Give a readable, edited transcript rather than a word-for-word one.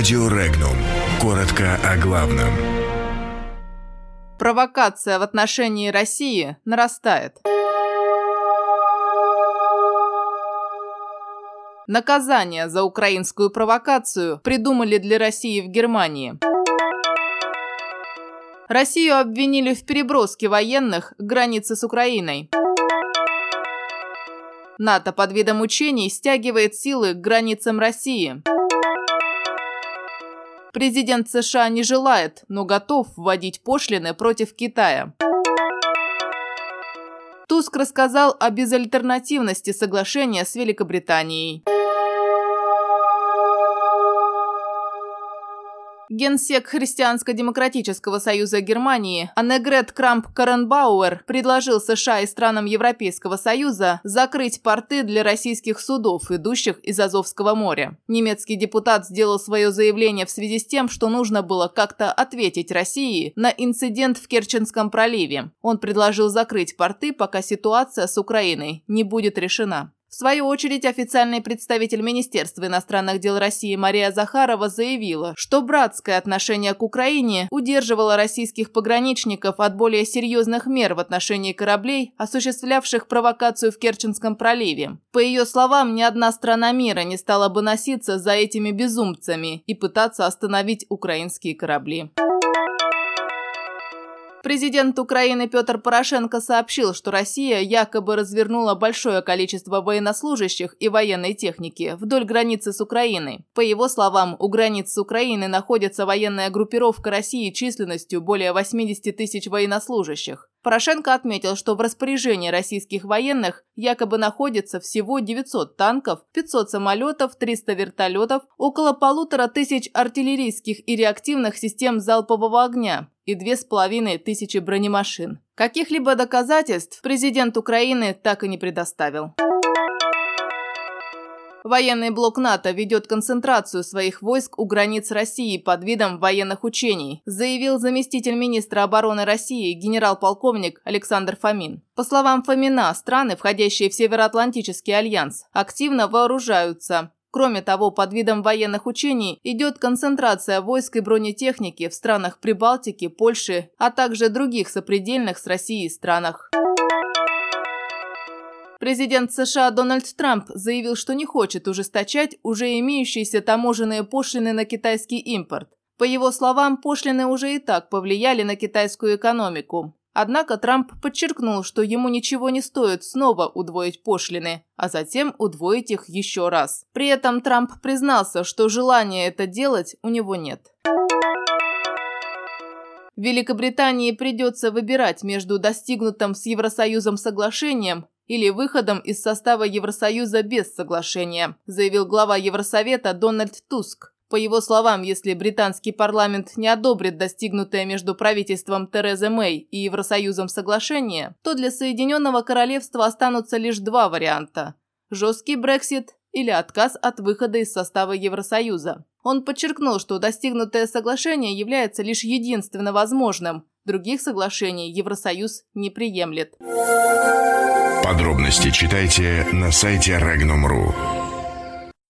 Радио Регнум. Коротко о главном. Провокация в отношении России нарастает. Наказание за украинскую провокацию придумали для России в Германии. Россию обвинили в переброске военных к границе с Украиной. НАТО под видом учений стягивает силы к границам России. Президент США не желает, но готов вводить пошлины против Китая. Туск рассказал о безальтернативности соглашения с Великобританией. Генсек Христианско-демократического союза Германии Аннегрет Крамп-Карренбауэр предложил США и странам Европейского союза закрыть порты для российских судов, идущих из Азовского моря. Немецкий депутат сделал свое заявление в связи с тем, что нужно было как-то ответить России на инцидент в Керченском проливе. Он предложил закрыть порты, пока ситуация с Украиной не будет решена. В свою очередь, официальный представитель Министерства иностранных дел России Мария Захарова заявила, что братское отношение к Украине удерживало российских пограничников от более серьезных мер в отношении кораблей, осуществлявших провокацию в Керченском проливе. По ее словам, ни одна страна мира не стала бы носиться за этими безумцами и пытаться остановить украинские корабли. Президент Украины Петр Порошенко сообщил, что Россия якобы развернула большое количество военнослужащих и военной техники вдоль границы с Украиной. По его словам, у границ с Украиной находится военная группировка России численностью более 80 тысяч военнослужащих. Порошенко отметил, что в распоряжении российских военных якобы находится всего 900 танков, 500 самолетов, 300 вертолетов, около 1500 артиллерийских и реактивных систем залпового огня и 2500 бронемашин. Каких-либо доказательств президент Украины так и не предоставил. Военный блок НАТО ведет концентрацию своих войск у границ России под видом военных учений, заявил заместитель министра обороны России генерал-полковник Александр Фомин. По словам Фомина, страны, входящие в Североатлантический альянс, активно вооружаются. Кроме того, под видом военных учений идет концентрация войск и бронетехники в странах Прибалтики, Польши, а также других сопредельных с Россией странах. Президент США Дональд Трамп заявил, что не хочет ужесточать уже имеющиеся таможенные пошлины на китайский импорт. По его словам, пошлины уже и так повлияли на китайскую экономику. Однако Трамп подчеркнул, что ему ничего не стоит снова удвоить пошлины, а затем удвоить их еще раз. При этом Трамп признался, что желания это делать у него нет. Великобритании придется выбирать между достигнутым с Евросоюзом соглашением или выходом из состава Евросоюза без соглашения, заявил глава Евросовета Дональд Туск. По его словам, если британский парламент не одобрит достигнутое между правительством Терезы Мэй и Евросоюзом соглашение, то для Соединенного Королевства останутся лишь два варианта – жесткий Брексит или отказ от выхода из состава Евросоюза. Он подчеркнул, что достигнутое соглашение является лишь единственно возможным. Других соглашений Евросоюз не приемлет. Подробности читайте на сайте Regnum.ru.